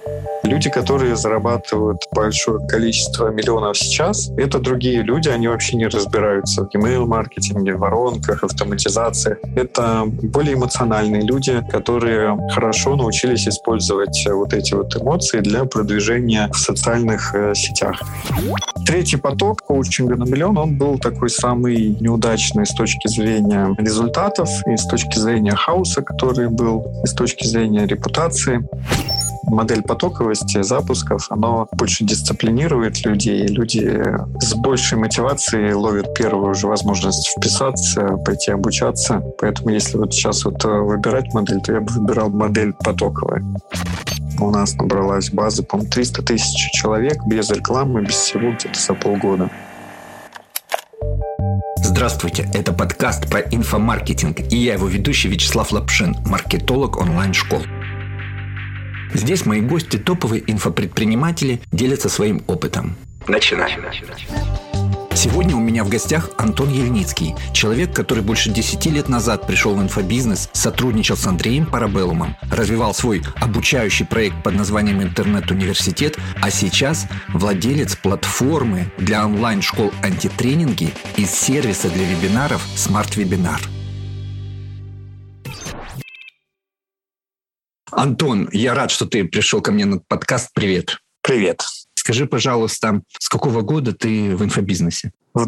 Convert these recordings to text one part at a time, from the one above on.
Люди, которые зарабатывают большое количество миллионов сейчас, это другие люди, они вообще не разбираются в email-маркетинге, воронках, автоматизации. Это более эмоциональные люди, которые хорошо научились использовать вот эти вот эмоции для продвижения в социальных сетях. Третий поток коучинга на миллион, он был такой самый неудачный с точки зрения результатов, и с точки зрения хаоса, который был, и с точки зрения репутации. Модель потоковости запусков, она больше дисциплинирует людей. Люди с большей мотивацией ловят первую же возможность вписаться, пойти обучаться. Поэтому если вот сейчас вот выбирать модель, то я бы выбирал модель потоковая. У нас набралась база, по-моему, 300 тысяч человек без рекламы, без всего где-то за полгода. Здравствуйте, это подкаст про инфомаркетинг, и я его ведущий Вячеслав Лапшин, маркетолог онлайн-школ. Здесь мои гости, топовые инфопредприниматели, делятся своим опытом. Начинаем. Сегодня у меня в гостях Антон Ельницкий, человек, который больше 10 лет назад пришел в инфобизнес, сотрудничал с Андреем Парабеллумом, развивал свой обучающий проект под названием «Интернет-университет», а сейчас владелец платформы для онлайн-школ антитренинги и сервиса для вебинаров Smart Webinar. Антон, я рад, что ты пришел ко мне на подкаст. Привет. Привет. Скажи, пожалуйста, с какого года ты в инфобизнесе? В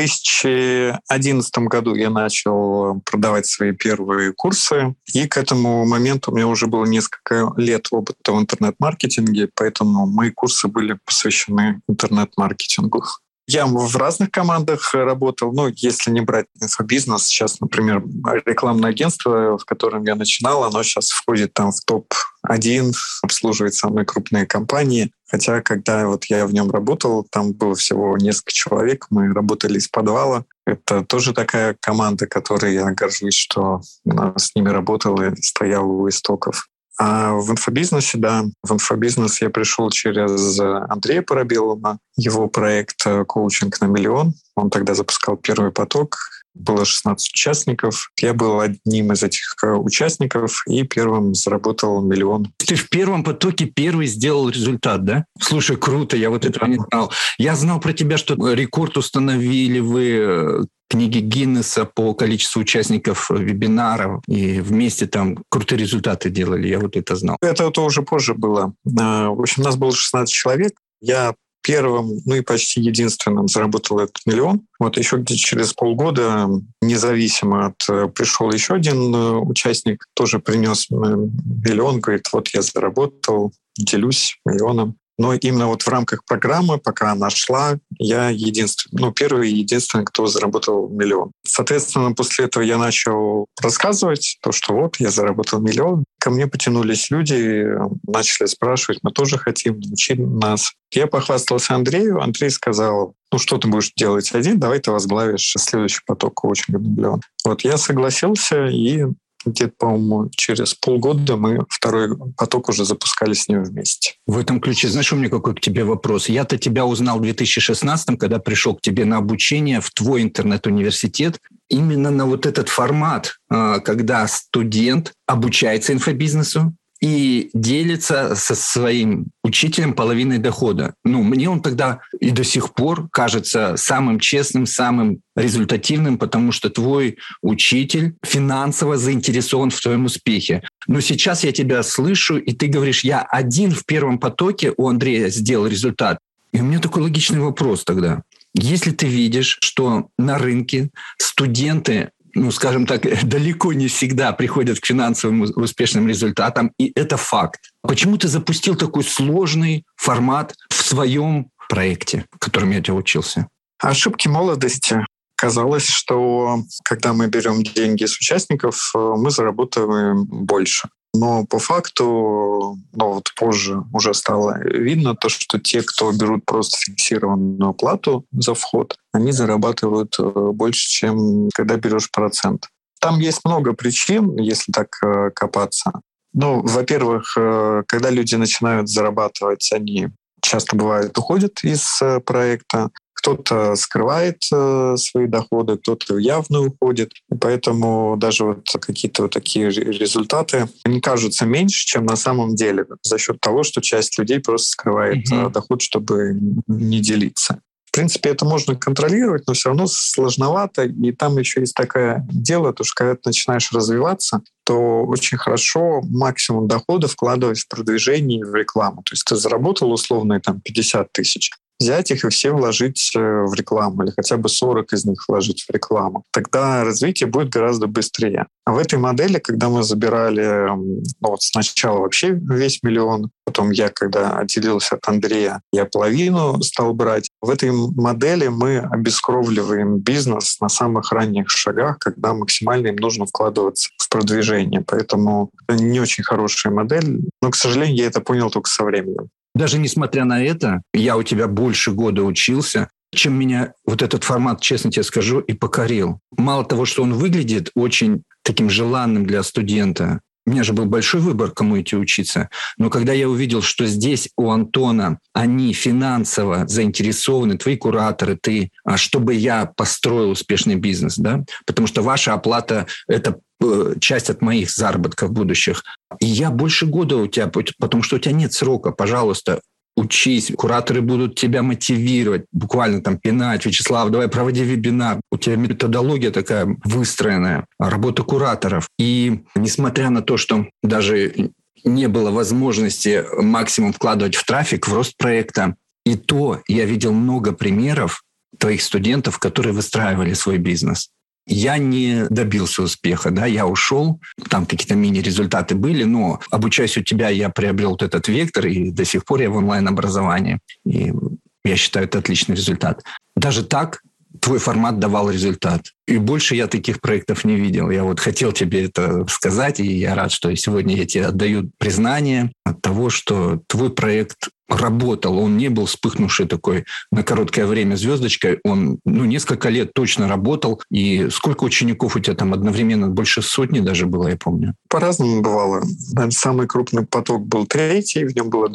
2011 году я начал продавать свои первые курсы, и к этому моменту у меня уже было несколько лет опыта в интернет-маркетинге, поэтому мои курсы были посвящены интернет-маркетингу. Я в разных командах работал, если не брать инфобизнес, сейчас, например, рекламное агентство, в котором я начинал, оно сейчас входит там в топ-1, обслуживает самые крупные компании. Хотя, когда вот я в нем работал, там было всего несколько человек, мы работали из подвала. Это тоже такая команда, которой я горжусь, что с ними работал и стоял у истоков. А в инфобизнесе, в инфобизнес я пришел через Андрея Парабеллума, его проект «Коучинг на миллион». Он тогда запускал первый поток. Было 16 участников. Я был одним из этих участников и первым заработал миллион. Ты в первом потоке первый сделал результат, да? Слушай, круто, я вот этого не знал. Я знал про тебя, что рекорд установили вы книги Гиннесса по количеству участников вебинаров, и вместе там крутые результаты делали, я вот это знал. Это уже позже было. В общем, нас было 16 человек. Я первым, и почти единственным заработал этот миллион. Вот еще где-то через полгода, независимо пришел еще один участник, тоже принес миллион, говорит, вот я заработал, делюсь миллионом. Но именно вот в рамках программы, пока она шла, я первый и единственный, кто заработал миллион. Соответственно, после этого я начал рассказывать то, что вот я заработал миллион. Ко мне потянулись люди, начали спрашивать, мы тоже хотим, научить нас. Я похвастался Андрею, Андрей сказал, что ты будешь делать один, давай ты возглавишь следующий поток коучинга на миллион. Вот я согласился, и где-то, по-моему, через полгода мы второй поток уже запускали с ним вместе. В этом ключе, знаешь, у меня какой к тебе вопрос? Я-то тебя узнал в 2016-м, когда пришел к тебе на обучение в твой интернет-университет, именно на вот этот формат, когда студент обучается инфобизнесу и делится со своим учителем половиной дохода. Мне он тогда и до сих пор кажется самым честным, самым результативным, потому что твой учитель финансово заинтересован в твоем успехе. Но сейчас я тебя слышу, и ты говоришь, я один в первом потоке у Андрея сделал результат. И у меня такой логичный вопрос тогда. Если ты видишь, что на рынке студенты скажем так, далеко не всегда приходят к финансовым успешным результатам, и это факт. Почему ты запустил такой сложный формат в своем проекте, в котором я тебя учился? Ошибки молодости. Казалось, что когда мы берем деньги с участников, мы зарабатываем больше. Но по факту, позже уже стало видно то, что те, кто берут просто фиксированную плату за вход, они зарабатывают больше, чем когда берешь процент. Там есть много причин, если так копаться. Во-первых, когда люди начинают зарабатывать, они часто бывает уходят из проекта. Кто-то скрывает свои доходы, кто-то явно уходит. И поэтому даже вот какие-то вот такие результаты, они кажутся меньше, чем на самом деле, за счет того, что часть людей просто скрывает доход, чтобы не делиться. В принципе, это можно контролировать, но все равно сложновато. И там еще есть такое дело, то что когда ты начинаешь развиваться, то очень хорошо максимум дохода вкладывать в продвижение и в рекламу. То есть ты заработал условно там 50 тысяч, взять их и все вложить в рекламу, или хотя бы 40 из них вложить в рекламу. Тогда развитие будет гораздо быстрее. А в этой модели, когда мы забирали сначала вообще весь миллион, потом я, когда отделился от Андрея, я половину стал брать. В этой модели мы обескровливаем бизнес на самых ранних шагах, когда максимально им нужно вкладываться в продвижение. Поэтому это не очень хорошая модель. Но, к сожалению, я это понял только со временем. Даже несмотря на это, я у тебя больше года учился, чем меня вот этот формат, честно тебе скажу, и покорил. Мало того, что он выглядит очень таким желанным для студента, у меня же был большой выбор, кому идти учиться. Но когда я увидел, что здесь у Антона они финансово заинтересованы, твои кураторы, ты, чтобы я построил успешный бизнес, да, потому что ваша оплата – это часть от моих заработков будущих. И я больше года у тебя, потому что у тебя нет срока, пожалуйста, учись, кураторы будут тебя мотивировать, буквально там пинать: Вячеслав, давай проводи вебинар. У тебя методология такая выстроенная, работа кураторов. И несмотря на то, что даже не было возможности максимум вкладывать в трафик, в рост проекта, и то я видел много примеров твоих студентов, которые выстраивали свой бизнес. Я не добился успеха, да, я ушел, там какие-то мини-результаты были, но обучаясь у тебя, я приобрел вот этот вектор, и до сих пор я в онлайн-образовании. И я считаю, это отличный результат. Даже так твой формат давал результат. И больше я таких проектов не видел. Я вот хотел тебе это сказать, и я рад, что сегодня я тебе отдаю признание от того, что твой проект работал. Он не был вспыхнувший такой на короткое время звездочкой. Он несколько лет точно работал. И сколько учеников у тебя там одновременно? Больше сотни даже было, я помню. По-разному бывало. Наверное, самый крупный поток был 3-й. В нем было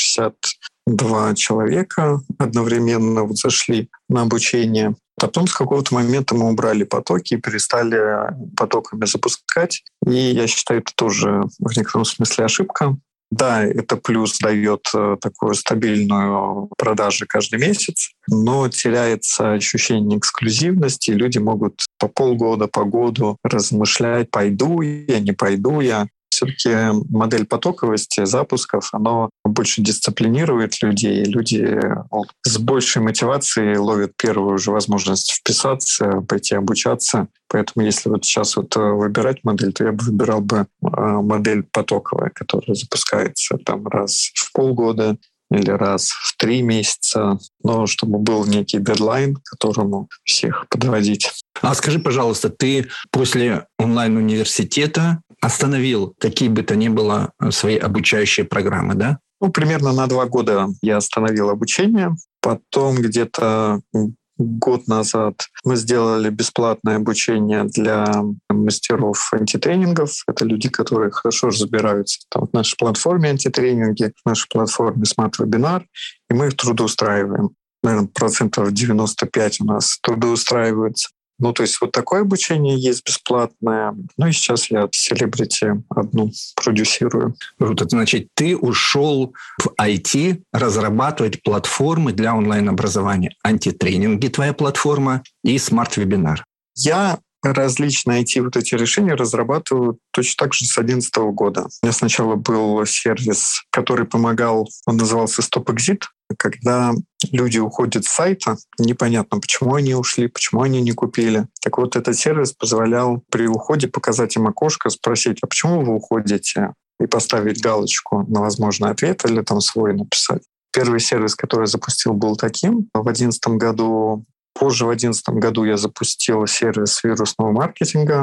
262 человека одновременно зашли на обучение. Потом с какого-то момента мы убрали потоки и перестали потоками запускать. И я считаю, это тоже в некотором смысле ошибка. Да, это плюс дает такую стабильную продажу каждый месяц, но теряется ощущение эксклюзивности. Люди могут по полгода, по году размышлять: пойду я, не пойду я. Все-таки модель потоковости запусков, она больше дисциплинирует людей, и люди с большей мотивацией ловят первую же возможность вписаться, пойти обучаться. Поэтому если вот сейчас выбирать модель, то я бы выбирал бы модель потоковая, которая запускается там раз в полгода или раз в 3 месяца, но чтобы был некий дедлайн, к которому всех подводить. А скажи, пожалуйста, ты после онлайн-университета остановил какие бы то ни было свои обучающие программы, да? Примерно на 2 года я остановил обучение. Потом где-то год назад мы сделали бесплатное обучение для мастеров антитренингов. Это люди, которые хорошо разбираются в нашей платформе антитренинги, в нашей платформе Smart Webinar, и мы их трудоустраиваем. Наверное, 95% у нас трудоустраиваются. То есть вот такое обучение есть бесплатное. И сейчас я Celebrity одну продюсирую. Круто. Значит, ты ушел в IT разрабатывать платформы для онлайн-образования. Антитренинги твоя платформа и смарт-вебинар. Я различные IT эти решения разрабатываю точно так же с 2011 года. У меня сначала был сервис, который помогал, он назывался StopExit, когда люди уходят с сайта, непонятно, почему они ушли, почему они не купили. Так вот, этот сервис позволял при уходе показать им окошко, спросить: а почему вы уходите? И поставить галочку на возможный ответ или там свой написать. Первый сервис, который я запустил, был таким. В 2011 году Позже, в 2011 году, я запустил сервис вирусного маркетинга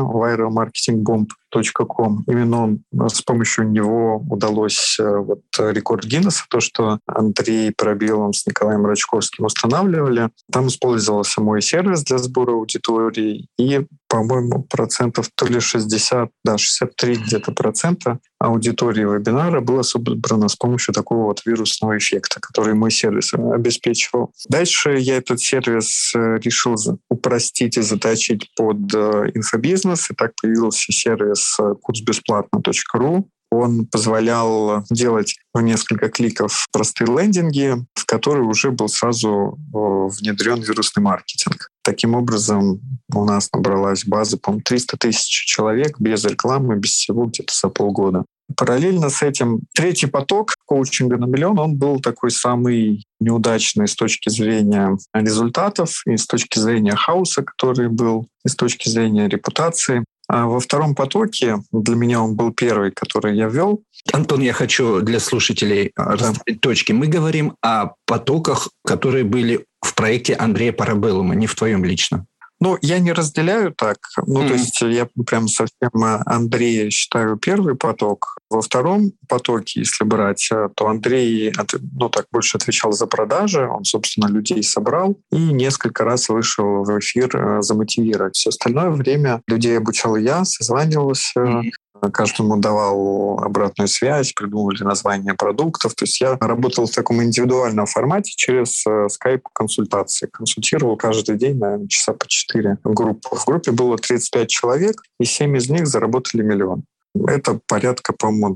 viralmarketingbomb.com. Именно с помощью него удалось рекорд Гиннесса, то, что Андрей Пробилов с Николаем Рачковским устанавливали. Там использовался мой сервис для сбора аудитории, и по-моему, процентов то ли 60, 63 где-то процента аудитории вебинара было собрано с помощью такого вот вирусного эффекта, который мой сервис обеспечивал. Дальше я этот сервис решил упростить и заточить под инфобизнес, и так появился сервис kursbesplattno.ru. Он позволял делать в несколько кликов простые лендинги, в которые уже был сразу внедрен вирусный маркетинг. Таким образом, у нас набралась база, по-моему, 300 тысяч человек без рекламы, без всего где-то за полгода. Параллельно с этим третий поток коучинга на миллион, он был такой самый неудачный с точки зрения результатов и с точки зрения хаоса, который был, и с точки зрения репутации. А во втором потоке, для меня он был первый, который я вел. Антон, я хочу для слушателей расставить точки. Мы говорим о потоках, которые были в проекте Андрея Парабеллума, не в твоем лично. Ну, я не разделяю так. То есть я прям совсем Андрея считаю первый поток. Во втором потоке, если брать, то Андрей так больше отвечал за продажи. Он, собственно, людей собрал и несколько раз вышел в эфир замотивировать. Все остальное время людей обучал я, созванивался, каждому давал обратную связь, придумывали названия продуктов. То есть я работал в таком индивидуальном формате через скайп-консультации. Консультировал каждый день, наверное, часа по 4 в группу. В группе было 35 человек, и 7 из них заработали миллион. Это порядка, по-моему,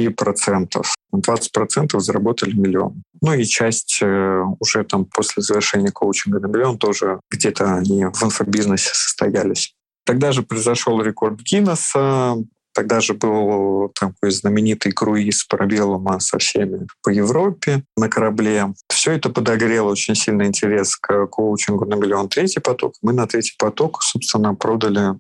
20%. 20% заработали миллион. Ну и часть уже там после завершения коучинга на миллион тоже где-то они в инфобизнесе состоялись. Тогда же произошел рекорд Гиннесса. Тогда же был такой знаменитый круиз Парабеллума со всеми по Европе на корабле. Все это подогрело очень сильный интерес к коучингу на миллион. Третий поток. Мы на третий поток, собственно, продали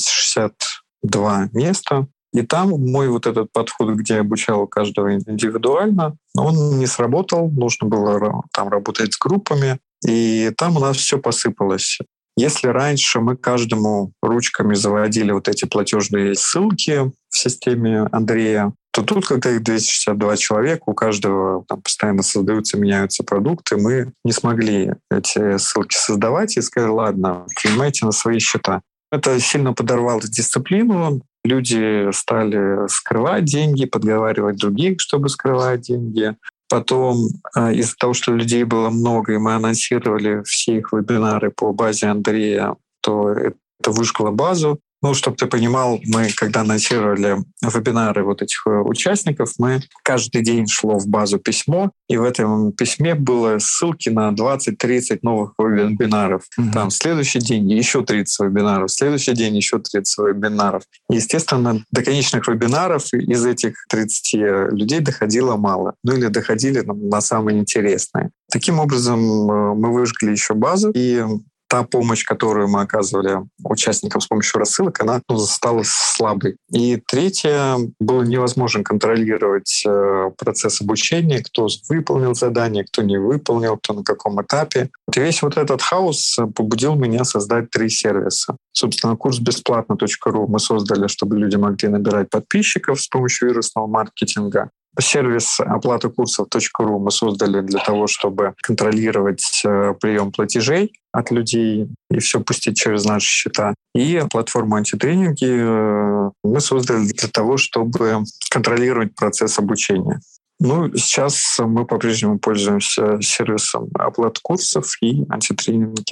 262 места. И там мой вот этот подход, где я обучал каждого индивидуально, он не сработал. Нужно было там работать с группами. И там у нас все посыпалось. Если раньше мы каждому ручками заводили вот эти платежные ссылки в системе Андрея, то тут, когда их 262 человека, у каждого там постоянно создаются, меняются продукты, мы не смогли эти ссылки создавать и сказали, ладно, принимайте на свои счета. Это сильно подорвало дисциплину. Люди стали скрывать деньги, подговаривать других, чтобы скрывать деньги. Потом из-за того, что людей было много, и мы анонсировали все их вебинары по базе Андрея, то это выжгло базу. Ну, чтобы ты понимал, мы, когда анонсировали вебинары вот этих участников, мы каждый день шло в базу письмо, и в этом письме было ссылки на 20-30 новых вебинаров. Там в следующий день еще 30 вебинаров, в следующий день еще 30 вебинаров. Естественно, до конечных вебинаров из этих 30 людей доходило мало. Ну или доходили на самые интересные. Таким образом, мы выжгли еще базу, и та помощь, которую мы оказывали участникам с помощью рассылок, она стала слабой. И третье, было невозможно контролировать процесс обучения, кто выполнил задание, кто не выполнил, кто на каком этапе. И весь вот этот хаос побудил меня создать 3 сервиса. Собственно, kursbesplattno.ru мы создали, чтобы люди могли набирать подписчиков с помощью вирусного маркетинга. Сервис оплаты курсов.ру мы создали для того, чтобы контролировать прием платежей от людей и все пустить через наши счета. И платформу антитренинги мы создали для того, чтобы контролировать процесс обучения. Ну, сейчас мы по-прежнему пользуемся сервисом оплаты курсов и антитренинги.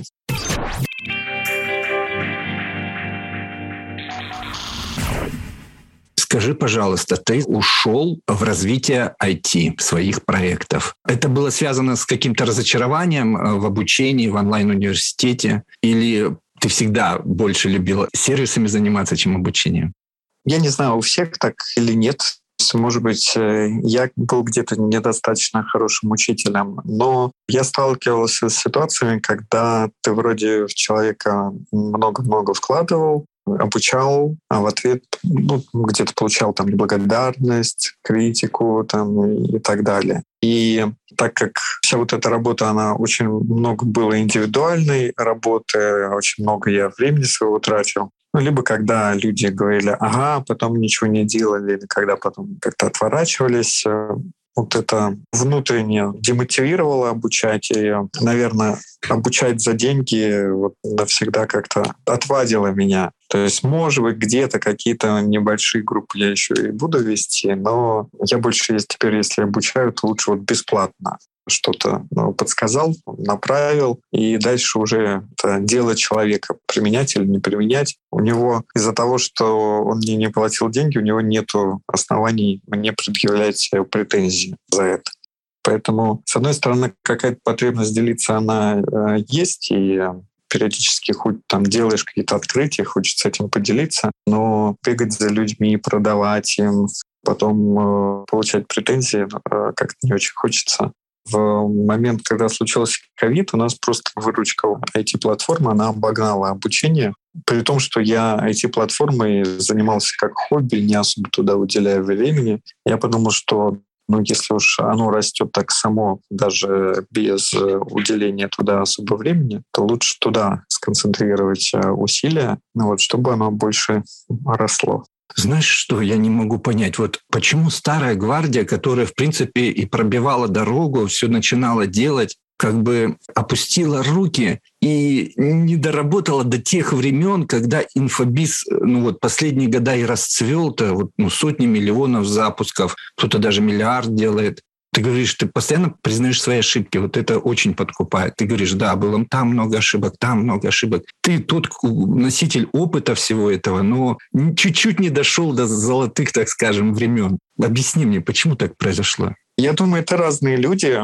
Скажи, пожалуйста, ты ушел в развитие IT своих проектов. Это было связано с каким-то разочарованием в обучении, в онлайн-университете? Или ты всегда больше любила сервисами заниматься, чем обучением? Я не знаю, у всех так или нет. Может быть, я был где-то недостаточно хорошим учителем, но я сталкивался с ситуациями, когда ты вроде в человека много-много вкладывал, обучал, а в ответ где-то получал там неблагодарность, критику там, и так далее. И так как вся вот эта работа, она очень много было индивидуальной работы, очень много я времени своего тратил. Либо когда люди говорили «ага», потом ничего не делали, или когда потом как-то отворачивались, вот это внутренне демотивировало обучать, и, наверное, обучать за деньги вот навсегда как-то отвадило меня. То есть, может быть, где-то какие-то небольшие группы я еще и буду вести, но я больше теперь, если обучаю, то лучше вот бесплатно что-то подсказал, направил, и дальше уже это дело человека, применять или не применять. У него из-за того, что он мне не платил деньги, у него нет оснований мне предъявлять претензии за это. Поэтому, с одной стороны, какая-то потребность делиться, она есть, и периодически хоть там делаешь какие-то открытия, хочется этим поделиться, но бегать за людьми, продавать им, потом получать претензии как-то не очень хочется. В момент, когда случился ковид, у нас просто выручка IT-платформы, она обогнала обучение. При том, что я IT-платформой занимался как хобби, не особо туда уделяя времени. Я подумал, что если уж оно растет так само, даже без уделения туда особо времени, то лучше туда сконцентрировать усилия, чтобы оно больше росло. Знаешь что, я не могу понять, вот почему старая гвардия, которая, в принципе, и пробивала дорогу, все начинала делать, как бы опустила руки и не доработала до тех времен, когда инфобиз, последние года и расцвел-то, сотни миллионов запусков, кто-то даже миллиард делает. Ты говоришь, ты постоянно признаешь свои ошибки, это очень подкупает. Ты говоришь, да, было там много ошибок, там много ошибок. Ты тот носитель опыта всего этого, но чуть-чуть не дошел до золотых, так скажем, времен. Объясни мне, почему так произошло? Я думаю, это разные люди.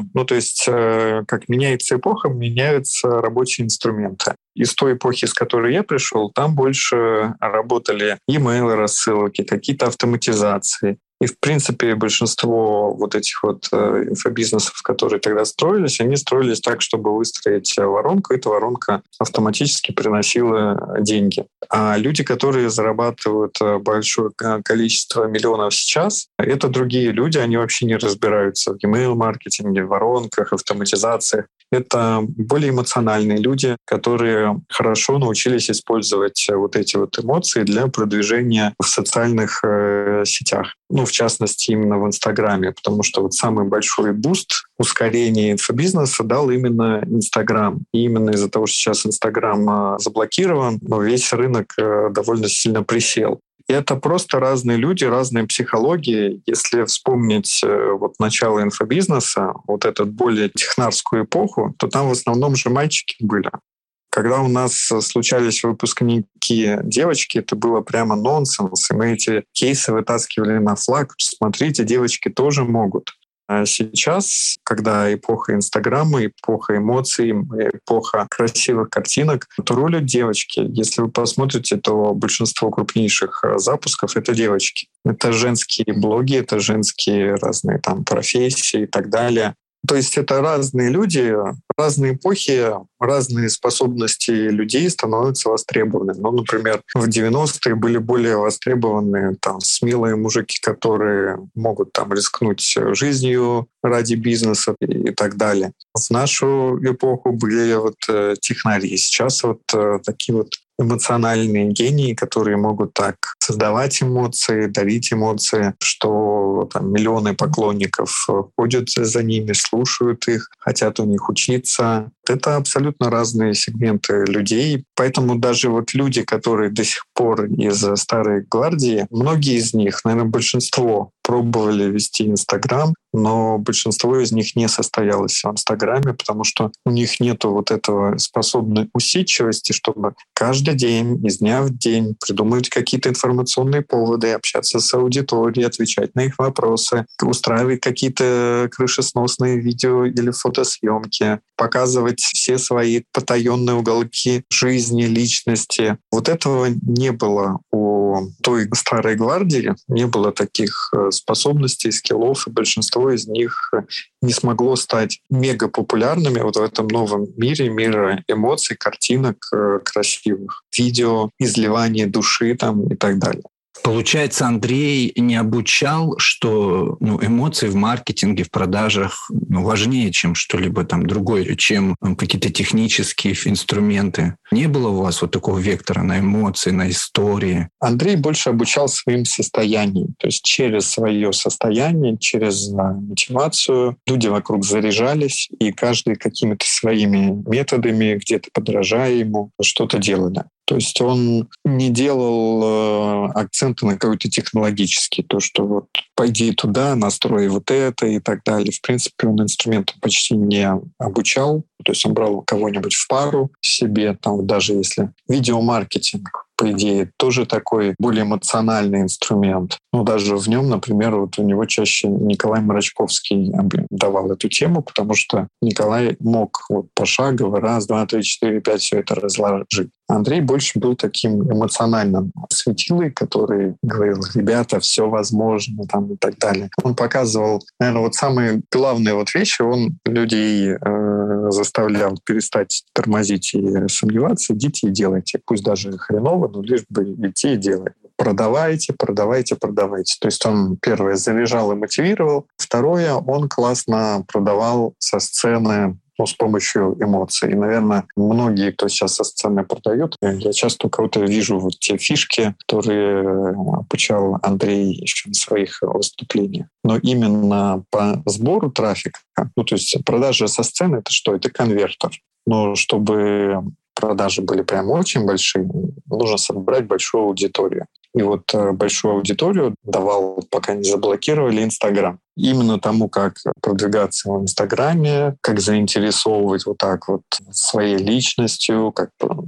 Как меняется эпоха, меняются рабочие инструменты. Из той эпохи, с которой я пришел, там больше работали e-mail рассылки, какие-то автоматизации. И, в принципе, большинство этих инфобизнесов, которые тогда строились, они строились так, чтобы выстроить воронку. Эта воронка автоматически приносила деньги. А люди, которые зарабатывают большое количество миллионов сейчас, это другие люди, они вообще не разбираются в email-маркетинге, в воронках, автоматизациях. Это более эмоциональные люди, которые хорошо научились использовать эти эмоции для продвижения в социальных сетях. В частности, именно в Инстаграме, потому что самый большой буст ускорения инфобизнеса дал именно Инстаграм. И именно из-за того, что сейчас Инстаграм заблокирован, весь рынок довольно сильно присел. И это просто разные люди, разные психологии. Если вспомнить начало инфобизнеса, эту более технарскую эпоху, то там в основном же мальчики были. Когда у нас случались выпускники девочки, это было прямо нонсенс. И мы эти кейсы вытаскивали на флаг. Смотрите, девочки тоже могут. А сейчас, когда эпоха Инстаграма, эпоха эмоций, эпоха красивых картинок, то рулят девочки. Если вы посмотрите, то большинство крупнейших запусков — это девочки. Это женские блоги, это женские разные профессии и так далее. То есть это разные люди, разные эпохи, разные способности людей становятся востребованы. Например, в 90-е были более востребованы смелые мужики, которые могут рискнуть жизнью ради бизнеса и так далее. В нашу эпоху были технари. Сейчас такие эмоциональные гении, которые могут так создавать эмоции, дарить эмоции, что миллионы поклонников ходят за ними, слушают их, хотят у них учиться. Это абсолютно разные сегменты людей. Поэтому даже люди, которые до сих пор из старой гвардии, многие из них, наверное, большинство, пробовали вести Инстаграм, но большинство из них не состоялось в Инстаграме, потому что у них нету этого способной усидчивости, чтобы каждый день, из дня в день придумывать какие-то информационные поводы, общаться с аудиторией, отвечать на их вопросы, устраивать какие-то крышесносные видео или фотосъемки, показывать все свои потаенные уголки жизни, личности. Этого не было у той старой гвардии, не было таких способностей, скиллов, и большинство из них не смогло стать мега популярными в этом новом мире, мира эмоций, картинок красивых, видео, изливания души и так далее. Получается, Андрей не обучал, что эмоции в маркетинге, в продажах важнее, чем что-либо другое, чем какие-то технические инструменты. Не было у вас такого вектора на эмоции, на истории? Андрей больше обучал своим состоянием. То есть через свое состояние, через мотивацию люди вокруг заряжались, и каждый какими-то своими методами, где-то подражая ему, что-то делали. То есть он не делал акценты на какой-то технологический, то, что вот пойди туда, настрой вот это и так далее. В принципе, он инструментом почти не обучал. То есть он брал кого-нибудь в пару себе, там, даже если видеомаркетинг, по идее, тоже такой более эмоциональный инструмент. Но даже в нем, например, вот у него чаще Николай Мрачковский давал эту тему, потому что Николай мог вот пошагово 1, 2, 3, 4, 5 все это разложить. Андрей больше был таким эмоциональным светилой, который говорил: ребята, все возможно, там, и так далее. Он показывал, наверное, вот самые главные вот вещи, он людей заставлял перестать тормозить и сомневаться: идите и делайте. Пусть даже хреново, но лишь бы идти и делать. Продавайте, продавайте, продавайте. То есть он, первое, заряжал и мотивировал. Второе, он классно продавал со сцены, с помощью эмоций. И, наверное, многие, кто сейчас со сцены продают, я часто у кого-то вижу вот те фишки, которые обучал Андрей еще на своих выступлениях. Но именно по сбору трафика, то есть продажи со сцены — это что? Это конвертер. Но чтобы продажи были прям очень большие, нужно собрать большую аудиторию. И вот большую аудиторию давал, пока не заблокировали, Инстаграм. Именно тому, как продвигаться в Инстаграме, как заинтересовывать вот так вот своей личностью, как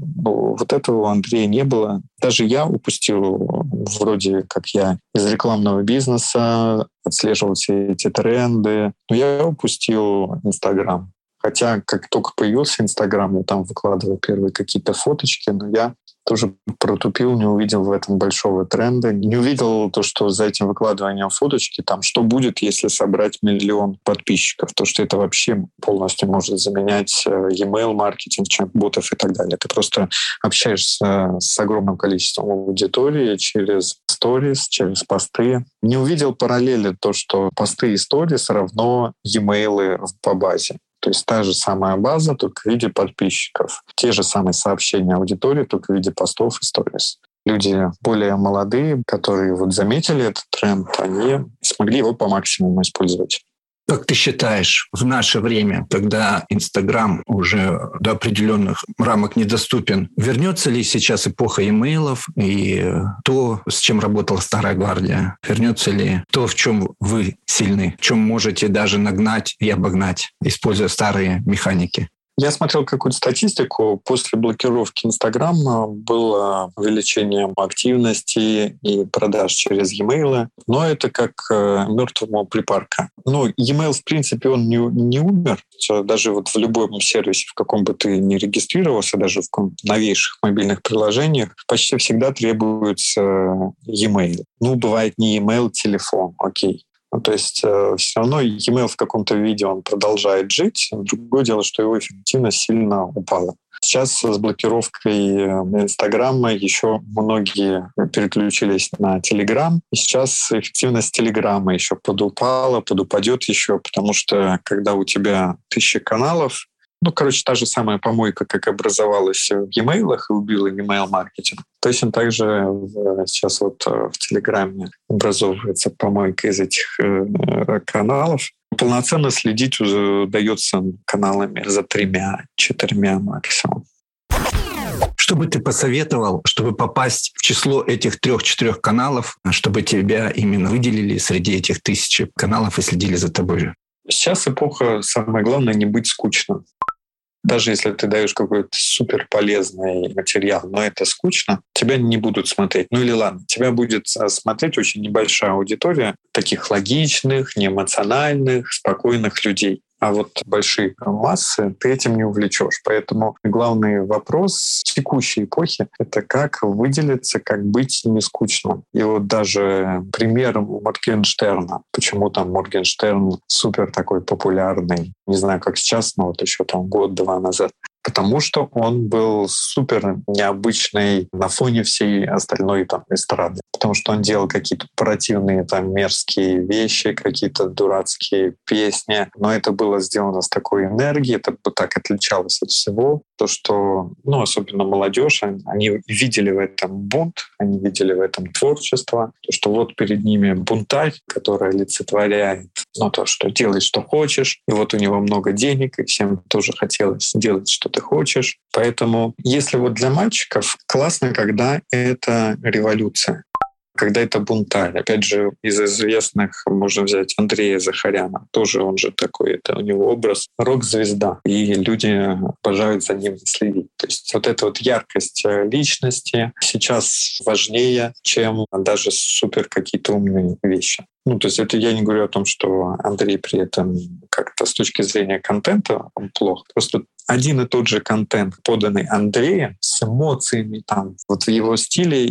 вот этого у Андрея не было. Даже я упустил, вроде как я из рекламного бизнеса, отслеживал все эти тренды, но я упустил Инстаграм. Хотя, как только появился Инстаграм, я там выкладывал первые какие-то фоточки, но я тоже протупил, не увидел в этом большого тренда, не увидел то, что за этим выкладыванием фоточки, там, что будет, если собрать 1 миллион подписчиков, то, что это вообще полностью может заменять email-маркетинг, чат-ботов и так далее. Ты просто общаешься с огромным количеством аудитории через сторис, через посты. Не увидел параллели то, что посты и сторис равно e-mail по базе. То есть та же самая база, только в виде подписчиков. Те же самые сообщения аудитории, только в виде постов и сторис. Люди более молодые, которые вот заметили этот тренд, они смогли его по максимуму использовать. Как ты считаешь, в наше время, когда Инстаграм уже до определенных рамок недоступен, вернется ли сейчас эпоха имейлов и то, с чем работала старая гвардия? Вернется ли то, в чем вы сильны, в чем можете даже нагнать и обогнать, используя старые механики? Я смотрел какую-то статистику. После блокировки Инстаграма было увеличение активности и продаж через e-mail. Но это как мертвому припарка. Ну, e-mail, в принципе, он не умер. Даже вот в любом сервисе, в каком бы ты ни регистрировался, даже в новейших мобильных приложениях, почти всегда требуется e-mail. Ну, бывает не e-mail, телефон, окей. То есть все равно e-mail в каком-то виде он продолжает жить. Другое дело, что его эффективность сильно упала. Сейчас с блокировкой Инстаграма еще многие переключились на Телеграм. И сейчас эффективность Телеграма еще подупадет еще, потому что когда у тебя 1000 каналов, та же самая помойка, как образовалась в e-mail и убила email-маркетинг. Точно так же сейчас вот в Телеграме образовывается помойка из этих каналов. Полноценно следить уже удается каналами за 3-4 максимум. Что бы ты посоветовал, чтобы попасть в число этих 3-4 каналов, чтобы тебя именно выделили среди этих 1000 каналов и следили за тобой же? Сейчас эпоха, самое главное, не быть скучным. Даже если ты даешь какой-то супер полезный материал, но это скучно, тебя не будут смотреть. Ну или ладно, тебя будет смотреть очень небольшая аудитория таких логичных, неэмоциональных, спокойных людей. А вот большие массы ты этим не увлечешь. Поэтому главный вопрос текущей эпохи — это как выделиться, как быть не скучным. И вот даже пример Моргенштерна. Почему там Моргенштерн супер такой популярный? Не знаю, как сейчас, но вот еще там 1-2 назад. Потому что он был супер необычный на фоне всей остальной там эстрады. Потому что он делал какие-то противные там мерзкие вещи, какие-то дурацкие песни. Но это было сделано с такой энергией, это бы так отличалось от всего. То, что, особенно молодежь, они видели в этом бунт, они видели в этом творчество. То, что вот перед ними бунтарь, который олицетворяет то, что делай, что хочешь. И вот у него много денег, и всем тоже хотелось делать, что ты хочешь. Поэтому если вот для мальчиков классно, когда это революция. Когда это бунтарь. Опять же, из известных можно взять Андрея Захаряна. Тоже он же такой, это у него образ рок-звезда. И люди обожают за ним следить. То есть вот эта вот яркость личности сейчас важнее, чем даже супер какие-то умные вещи. То есть это я не говорю о том, что Андрей при этом как-то с точки зрения контента он плох. Просто один и тот же контент, поданный Андреем, с эмоциями там, вот в его стиле,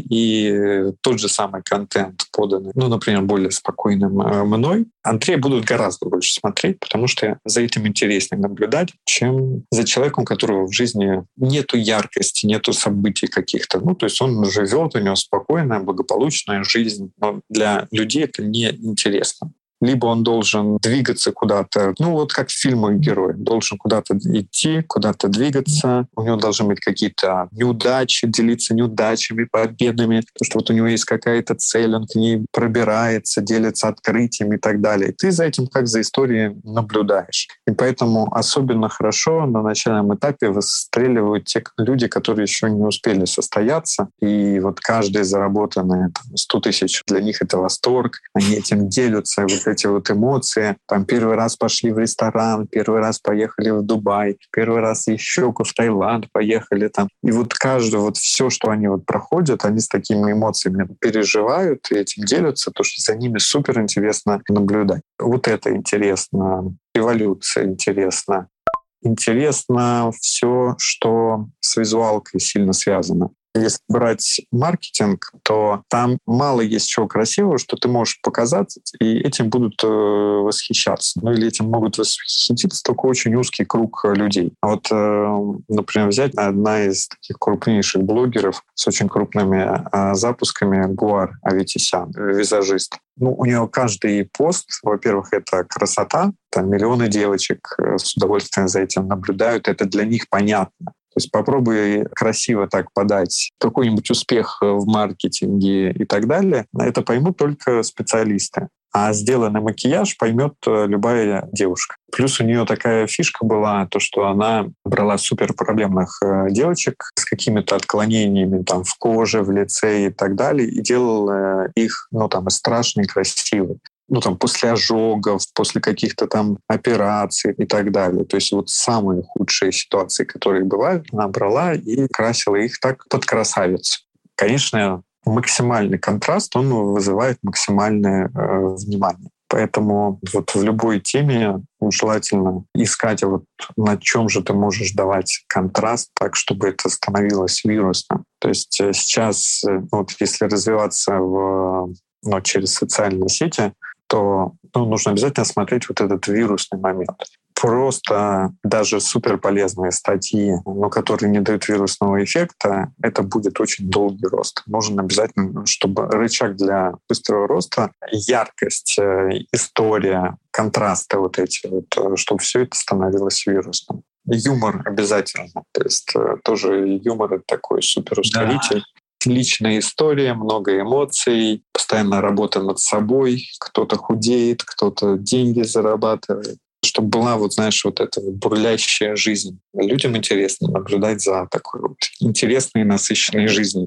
и тот же самый контент, поданный, например, более спокойным мной, Андрея будут гораздо больше смотреть, потому что за этим интереснее наблюдать, чем за человеком, у которого в жизни нету яркости, нету событий каких-то. То есть он живет, у него спокойная, благополучная жизнь, но для людей это не интересно. Либо он должен двигаться куда-то, вот как в фильме герой, должен куда-то идти, куда-то двигаться, у него должны быть какие-то неудачи, делиться неудачами, победами, потому что вот у него есть какая-то цель, он к ней пробирается, делится открытиями и так далее. И ты за этим, как за историей, наблюдаешь. И поэтому особенно хорошо на начальном этапе выстреливают те люди, которые еще не успели состояться. И вот каждый заработанный 100 тысяч, для них это восторг, они этим делятся, вот эти вот эмоции. Там первый раз пошли в ресторан, первый раз поехали в Дубай, первый раз еще в Таиланд поехали там. И вот каждый, вот все, что они вот проходят, они с такими эмоциями переживают и этим делятся, то что за ними супер интересно наблюдать. Вот это интересно. Эволюция интересна. Интересно все, что с визуалкой сильно связано. Если брать маркетинг, то там мало есть чего красивого, что ты можешь показать, и этим будут восхищаться. Или этим могут восхититься только очень узкий круг людей. А вот, например, взять одна из таких крупнейших блогеров с очень крупными запусками, Гуар Аветисян, визажист. У нее каждый пост, во-первых, это красота, там миллионы девочек с удовольствием за этим наблюдают, это для них понятно. То есть попробуй красиво так подать какой-нибудь успех в маркетинге и так далее. Это поймут только специалисты. А сделанный макияж поймет любая девушка. Плюс у нее такая фишка была, то, что она брала суперпроблемных девочек с какими-то отклонениями там, в коже, в лице и так далее, и делала их страшные, красивые. После ожогов, после каких-то там операций и так далее. То есть вот самые худшие ситуации, которые бывают, она брала и красила их так под красавицу. Конечно, максимальный контраст, он вызывает максимальное внимание. Поэтому вот в любой теме желательно искать, на чем же ты можешь давать контраст так, чтобы это становилось вирусным. То есть сейчас, если развиваться через социальные сети, то нужно обязательно смотреть вот этот вирусный момент. Просто даже суперполезные статьи, которые не дают вирусного эффекта, это будет очень долгий рост. Нужен обязательно, чтобы рычаг для быстрого роста, яркость, история, контрасты чтобы все это становилось вирусным. Юмор обязательно. То есть тоже юмор — это такой суперускоритель. Да. Личная история, много эмоций, постоянная работа над собой. Кто-то худеет, кто-то деньги зарабатывает. Чтобы была эта бурлящая жизнь. Людям интересно наблюдать за такой интересной и насыщенной жизнью.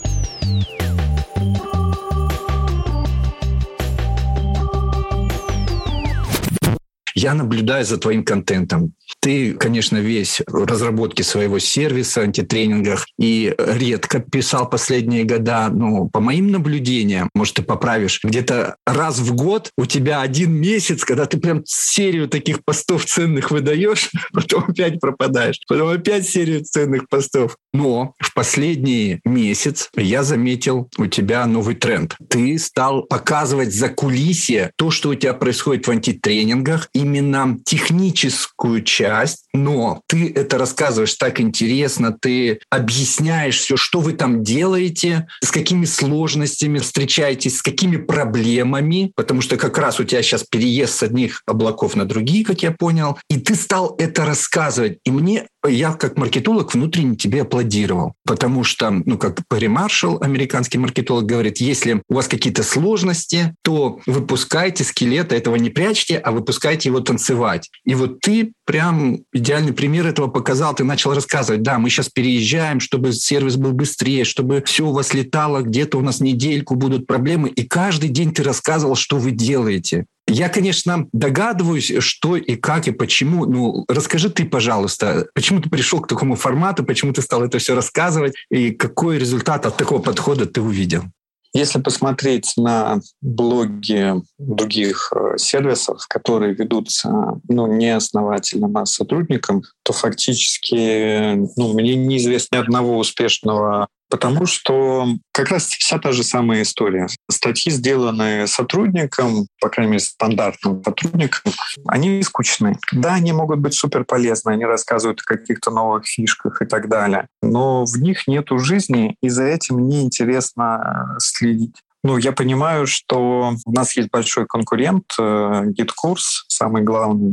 Я наблюдаю за твоим контентом. Ты, конечно, весь в разработке своего сервиса, антитренингах, и редко писал последние года. Но по моим наблюдениям, может, ты поправишь, где-то раз в год у тебя один месяц, когда ты прям серию таких постов ценных выдаешь, потом опять пропадаешь, потом опять серию ценных постов. Но в последний месяц я заметил у тебя новый тренд. Ты стал показывать закулисье, то, что у тебя происходит в антитренингах, именно техническую часть, но ты это рассказываешь так интересно, ты объясняешь все, что вы там делаете, с какими сложностями встречаетесь, с какими проблемами, потому что как раз у тебя сейчас переезд с одних облаков на другие, как я понял, и ты стал это рассказывать. И я как маркетолог внутренне тебе аплодировал, потому что, как Перри Маршалл, американский маркетолог, говорит, если у вас какие-то сложности, то выпускайте скелета, этого не прячьте, а выпускайте его танцевать. И вот ты прям идеальный пример этого показал, ты начал рассказывать, да, мы сейчас переезжаем, чтобы сервис был быстрее, чтобы все у вас летало, где-то у нас недельку будут проблемы, и каждый день ты рассказывал, что вы делаете. Я, конечно, догадываюсь, что и как и почему. Расскажи ты, пожалуйста, почему ты пришел к такому формату, почему ты стал это все рассказывать, и какой результат от такого подхода ты увидел? Если посмотреть на блоги других сервисов, которые ведутся не основателем, а сотрудником, то фактически мне неизвестно ни одного успешного. Потому что как раз вся та же самая история. Статьи, сделанные сотрудником, по крайней мере, стандартным сотрудником, они скучны. Да, они могут быть супер полезны, они рассказывают о каких-то новых фишках и так далее, но в них нету жизни, и за этим неинтересно следить. Я понимаю, что у нас есть большой конкурент, GitKurs, самый главный,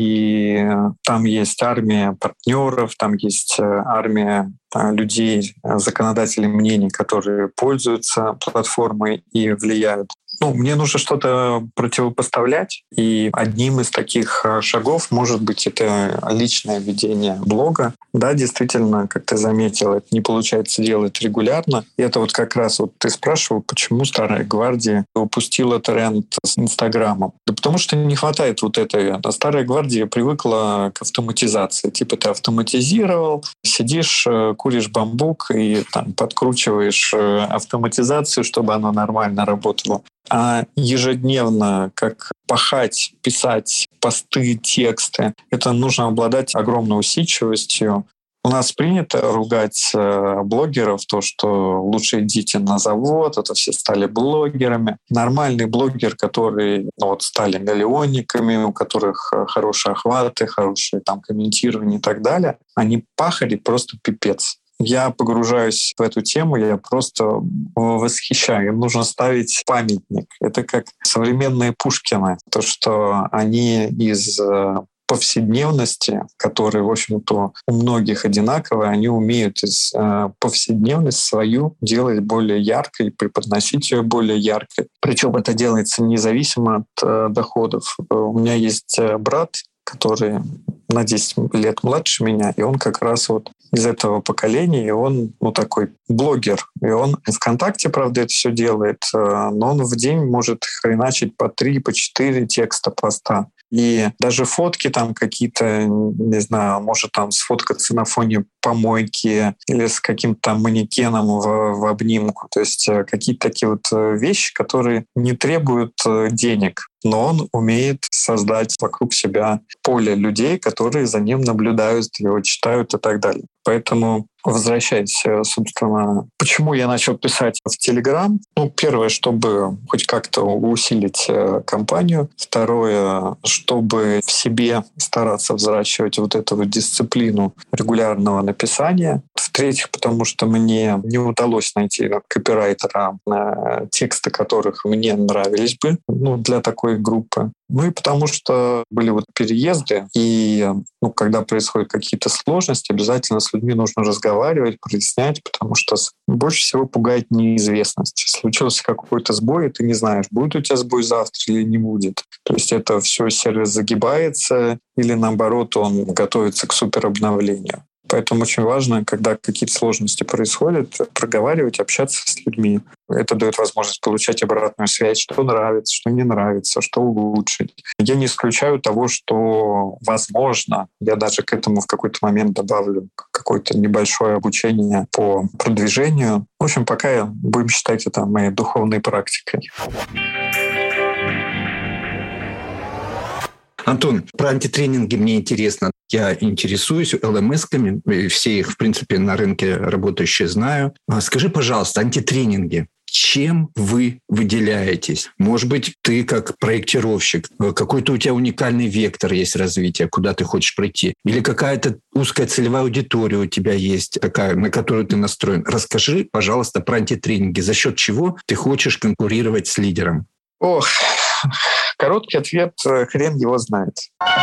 и там есть армия партнеров, там есть армия людей, законодателей мнений, которые пользуются платформой и влияют. Мне нужно что-то противопоставлять, и одним из таких шагов может быть это личное ведение блога. Да, действительно, как ты заметил, это не получается делать регулярно. И это как раз ты спрашивал, почему Старая Гвардия упустила тренд с Инстаграмом. Да потому что не хватает этой. Старая Гвардия привыкла к автоматизации. Типа ты автоматизировал, сидишь, куришь бамбук и подкручиваешь автоматизацию, чтобы оно нормально работало. А ежедневно, как пахать, писать посты, тексты, это нужно обладать огромной усидчивостью. У нас принято ругать блогеров, то, что лучше идите на завод, это все стали блогерами. Нормальный блогер, который стали миллионниками, у которых хорошие охваты, хорошие комментирования и так далее, они пахали просто пипец. Я погружаюсь в эту тему, я просто восхищаю. Им нужно ставить памятник. Это как современные Пушкины. То, что они из повседневности, которые, в общем-то, у многих одинаковые, они умеют из повседневности свою делать более яркой, преподносить ее более яркой. Причем это делается независимо от доходов. У меня есть брат, который на 10 лет младше меня, и он как раз из этого поколения, и он такой блогер. И он ВКонтакте, правда, это все делает, но он в день может хреначить по 3, по 4 текста поста. И даже фотки какие-то, не знаю, может сфоткаться на фоне помойки или с каким-то манекеном в обнимку. То есть какие-то такие вещи, которые не требуют денег, но он умеет создать вокруг себя поле людей, которые за ним наблюдают, его читают и так далее. Поэтому, возвращаясь, собственно, почему я начал писать в Telegram? Первое, чтобы хоть как-то усилить компанию. Второе, чтобы в себе стараться взращивать эту дисциплину регулярного написания. В-третьих, потому что мне не удалось найти копирайтера, тексты которых мне нравились бы для такой группы. И потому что были переезды, и когда происходят какие-то сложности, обязательно с людьми нужно разговаривать, прояснять, потому что больше всего пугает неизвестность. Случился какой-то сбой, и ты не знаешь, будет у тебя сбой завтра или не будет. То есть это все, сервис загибается или наоборот он готовится к суперобновлению. Поэтому очень важно, когда какие-то сложности происходят, проговаривать, общаться с людьми. Это дает возможность получать обратную связь, что нравится, что не нравится, что улучшить. Я не исключаю того, что, возможно, я даже к этому в какой-то момент добавлю какое-то небольшое обучение по продвижению. В общем, пока будем считать это моей духовной практикой. Антон, про антитренинги мне интересно. Я интересуюсь LMS-ками, все их, в принципе, на рынке работающие знаю. Скажи, пожалуйста, антитренинги. Чем вы выделяетесь? Может быть, ты как проектировщик, какой-то у тебя уникальный вектор есть развития, куда ты хочешь пройти, или какая-то узкая целевая аудитория у тебя есть, такая, на которую ты настроен. Расскажи, пожалуйста, про антитренинги. За счет чего ты хочешь конкурировать с лидером? Ох, короткий ответ — хрен его знает.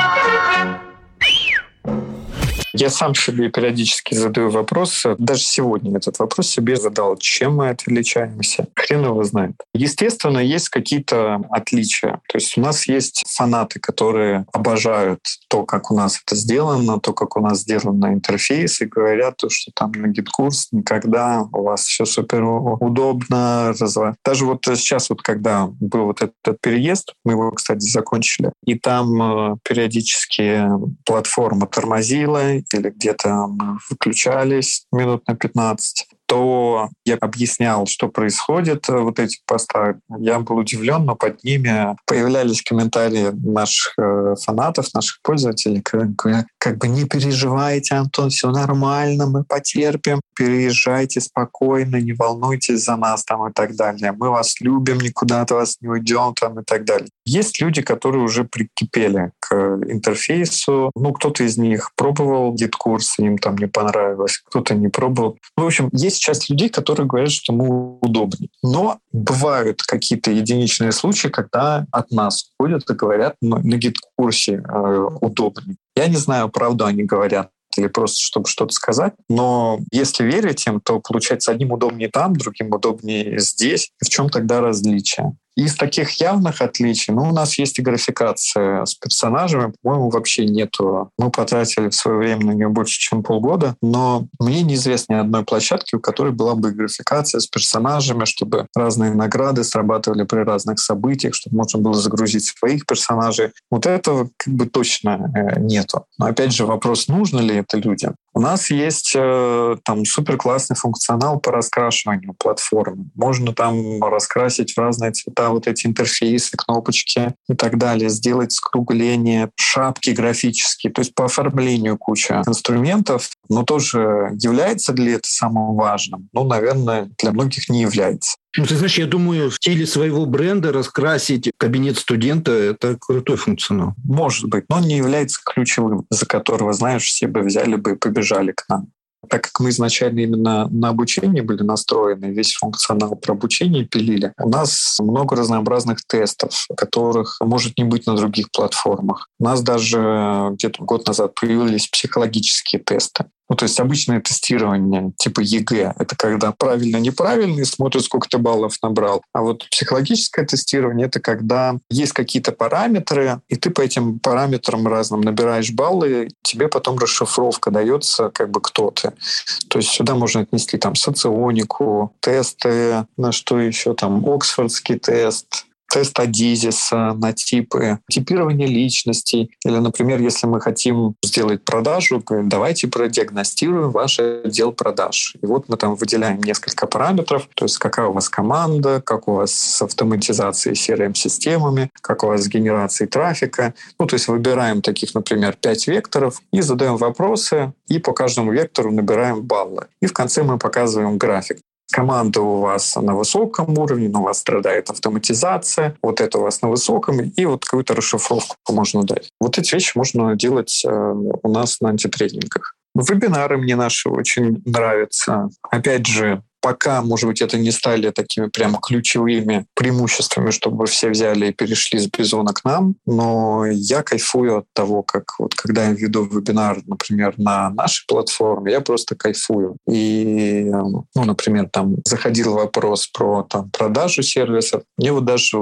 Я сам себе периодически задаю вопрос, даже сегодня этот вопрос себе задал, чем мы отличаемся. Хрен его знает. Естественно, есть какие-то отличия. То есть у нас есть фанаты, которые обожают то, как у нас это сделано, то, как у нас сделан интерфейс, и говорят, что там на гид-курс никогда у вас все супер удобно. Даже вот сейчас, вот когда был вот этот переезд, мы его, кстати, закончили, и там периодически платформа тормозила, или где-то мы выключались минут на 15, то я объяснял, что происходит в вот этих постах. Я был удивлен, но под ними появлялись комментарии наших фанатов, наших пользователей, как бы не переживайте, Антон, все нормально, мы потерпим, переезжайте спокойно, не волнуйтесь за нас там и так далее. Мы вас любим, никуда от вас не уйдем там и так далее. Есть люди, которые уже прикипели к интерфейсу. Кто-то из них пробовал гид-курс, им там не понравилось, кто-то не пробовал. В общем, есть часть людей, которые говорят, что ему удобнее. Но бывают какие-то единичные случаи, когда от нас уходят и говорят, на гид-курсе удобнее. Я не знаю, правду они говорят или просто чтобы что-то сказать, но если верить им, то получается одним удобнее там, другим удобнее здесь. И в чем тогда различие? Из таких явных отличий, у нас есть и графикация с персонажами, по-моему, вообще нету. Мы потратили в свое время на нее больше, чем полгода, но мне неизвестно ни одной площадки, у которой была бы графикация с персонажами, чтобы разные награды срабатывали при разных событиях, чтобы можно было загрузить своих персонажей. Вот этого точно нету. Но опять же вопрос, нужно ли это людям. У нас есть там супер-классный функционал по раскрашиванию платформы. Можно там раскрасить в разные цвета вот эти интерфейсы, кнопочки и так далее, сделать скругление, шапки графические, то есть по оформлению куча инструментов, но тоже является ли это самым важным? Наверное, для многих не является. Ты знаешь, я думаю, в стиле своего бренда раскрасить кабинет студента — это крутой функционал. Может быть, но он не является ключевым, за которого, знаешь, все бы взяли бы и побежали к нам. Так как мы изначально именно на обучение были настроены, весь функционал про обучение пилили, у нас много разнообразных тестов, которых может не быть на других платформах. У нас даже где-то год назад появились психологические тесты. То есть обычное тестирование типа ЕГЭ — это когда правильно-неправильно и смотрят, сколько ты баллов набрал. А вот психологическое тестирование — это когда есть какие-то параметры, и ты по этим параметрам разным набираешь баллы, тебе потом расшифровка дается, кто ты. То есть сюда можно отнести там соционику, тесты, на что еще там Оксфордский тест, тест Адизиса на типы, типирование личностей. Или, например, если мы хотим сделать продажу, говорим, давайте продиагностируем ваш отдел продаж. И вот мы там выделяем несколько параметров, то есть какая у вас команда, как у вас с автоматизацией CRM-системами, как у вас с генерацией трафика. То есть выбираем таких, например, 5 векторов и задаем вопросы, и по каждому вектору набираем баллы. И в конце мы показываем график. Команда у вас на высоком уровне, но у вас страдает автоматизация, вот это у вас на высоком, и вот какую-то расшифровку можно дать. Вот эти вещи можно делать у нас на антитренингах. Вебинары мне наши очень нравятся. Опять же, пока, может быть, это не стали такими прямо ключевыми преимуществами, чтобы все взяли и перешли с Бизона к нам, но я кайфую от того, как когда я веду вебинар, например, на нашей платформе, я просто кайфую. И, например, там заходил вопрос про продажу сервисов. Мне даже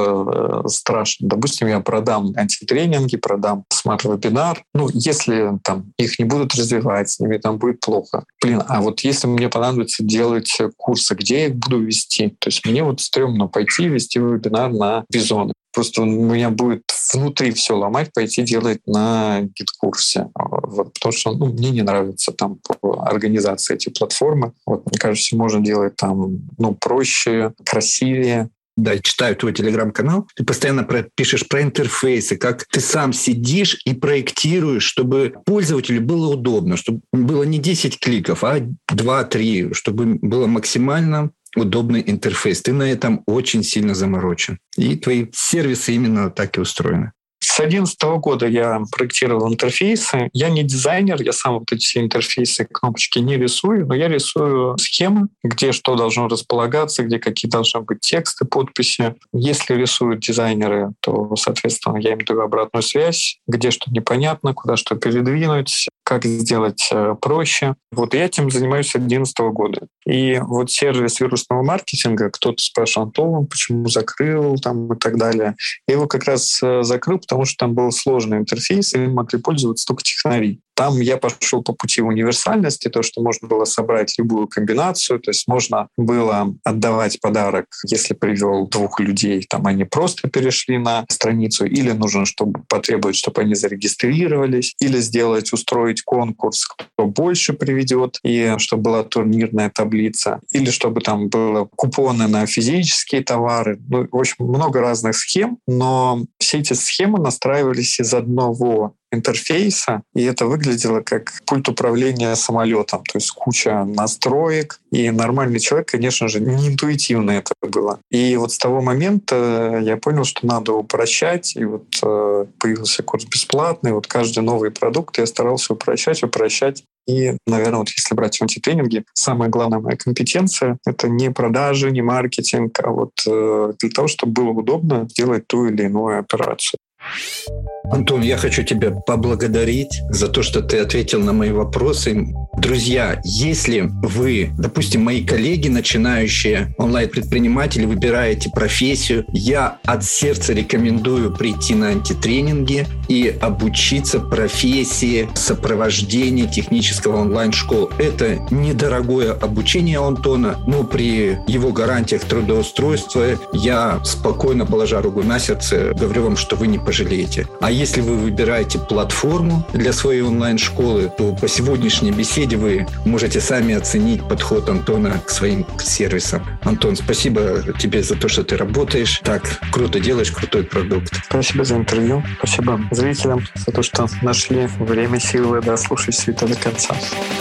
страшно. Допустим, я продам антитренинги, продам смарт-вебинар. Если там их не будут развивать, с ними там будет плохо. А вот если мне понадобится делать курсы, где я их буду вести. То есть мне стрёмно пойти вести вебинар на Бизон. Просто у меня будет внутри все ломать, пойти делать на гид-курсе. Потому что мне не нравится там по организации эти платформы. Мне кажется, можно делать там проще, красивее. Да, читаю твой телеграм-канал, ты постоянно пишешь про интерфейсы, как ты сам сидишь и проектируешь, чтобы пользователю было удобно, чтобы было не 10 кликов, а 2-3, чтобы было максимально удобный интерфейс. Ты на этом очень сильно заморочен. И твои сервисы именно так и устроены. С 2011 года я проектировал интерфейсы. Я не дизайнер, я сам вот эти интерфейсы, кнопочки не рисую, но я рисую схемы, где что должно располагаться, где какие должны быть тексты, подписи. Если рисуют дизайнеры, то, соответственно, я им даю обратную связь, где что непонятно, куда что передвинуть, как сделать проще. Вот я этим занимаюсь с 2011 года. И вот сервис вирусного маркетинга, кто-то спрашивал: Антон, почему закрыл там и так далее. Я его как раз закрыл, потому что там был сложный интерфейс, и могли пользоваться только технари. Там я пошел по пути универсальности, то, что можно было собрать любую комбинацию, то есть можно было отдавать подарок, если привел 2 людей, там они просто перешли на страницу, или нужно потребовать, чтобы они зарегистрировались, или устроить конкурс, кто больше приведет, и чтобы была турнирная таблица, или чтобы там было купоны на физические товары. Ну, в общем, много разных схем, но все эти схемы настраивались из одного интерфейса, и это выглядело как пульт управления самолетом, то есть куча настроек, и нормальный человек, конечно же, не интуитивно это было. И вот с того момента я понял, что надо упрощать, и вот появился курс бесплатный, вот каждый новый продукт я старался упрощать. И, наверное, вот если брать антитренинги, самая главная моя компетенция — это не продажи, не маркетинг, а вот для того, чтобы было удобно сделать ту или иную операцию. Антон, я хочу тебя поблагодарить за то, что ты ответил на мои вопросы. Друзья, если вы, допустим, мои коллеги, начинающие онлайн-предприниматели, выбираете профессию, я от сердца рекомендую прийти на антитренинги и обучиться профессии сопровождения технического онлайн-школы. Это недорогое обучение Антона, но при его гарантиях трудоустройства я спокойно, положа руку на сердце, говорю вам, что вы не пожалеете. А если вы выбираете платформу для своей онлайн-школы, то по сегодняшней беседе вы можете сами оценить подход Антона к своим сервисам. Антон, спасибо тебе за то, что ты работаешь. Так круто делаешь, крутой продукт. Спасибо за интервью. Спасибо зрителям за то, что нашли время, силы дослушать все это до конца.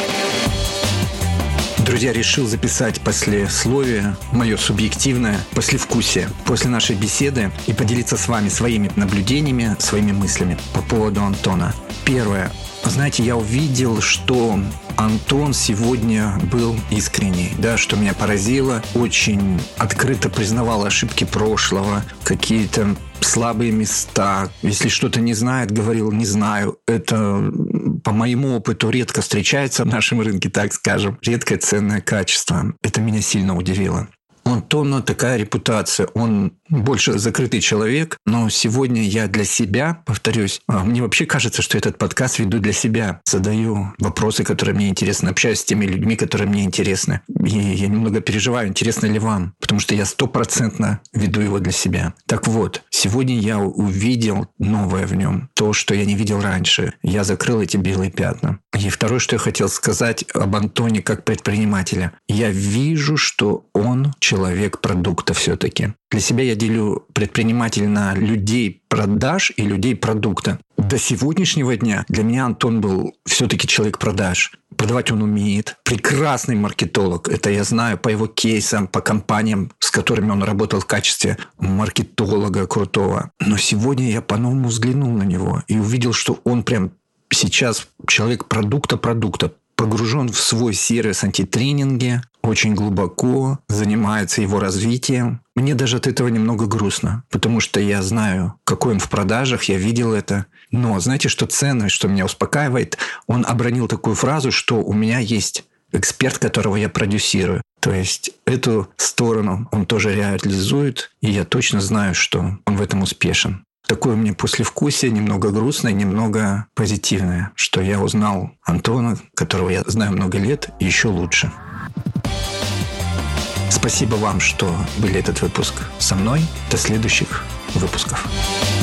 Друзья, решил записать послесловие, мое субъективное послевкусие после нашей беседы и поделиться с вами своими наблюдениями, своими мыслями по поводу Антона. Первое. Знаете, я увидел, что Антон сегодня был искренний, да, что меня поразило, очень открыто признавал ошибки прошлого, какие-то слабые места. Если что-то не знает, говорил: не знаю. Это, по моему опыту, редко встречается в нашем рынке, так скажем. Редкое ценное качество. Это меня сильно удивило. У Антона такая репутация. Он больше закрытый человек, но сегодня я для себя, повторюсь, мне вообще кажется, что этот подкаст веду для себя. Задаю вопросы, которые мне интересны, общаюсь с теми людьми, которые мне интересны. И я немного переживаю, интересно ли вам, потому что я 100% веду его для себя. Так вот, сегодня я увидел новое в нем, то, что я не видел раньше. Я закрыл эти белые пятна. И второе, что я хотел сказать об Антоне как предпринимателя. Я вижу, что он человек продукта все-таки. Для себя я делю предпринимателей на людей продаж и людей продукта. До сегодняшнего дня для меня Антон был все-таки человек продаж. Продавать он умеет. Прекрасный маркетолог. Это я знаю по его кейсам, по компаниям, с которыми он работал в качестве маркетолога крутого. Но сегодня я по-новому взглянул на него и увидел, что он прям сейчас человек продукта, погружен в свой сервис антитренинги, очень глубоко занимается его развитием. Мне даже от этого немного грустно, потому что я знаю, какой он в продажах, я видел это. Но знаете, что ценно, что меня успокаивает? Он обронил такую фразу, что у меня есть эксперт, которого я продюсирую. То есть эту сторону он тоже реализует, и я точно знаю, что он в этом успешен. Такое мне послевкусие, немного грустное, немного позитивное, что я узнал Антона, которого я знаю много лет, еще лучше. Спасибо вам, что были этот выпуск со мной. До следующих выпусков.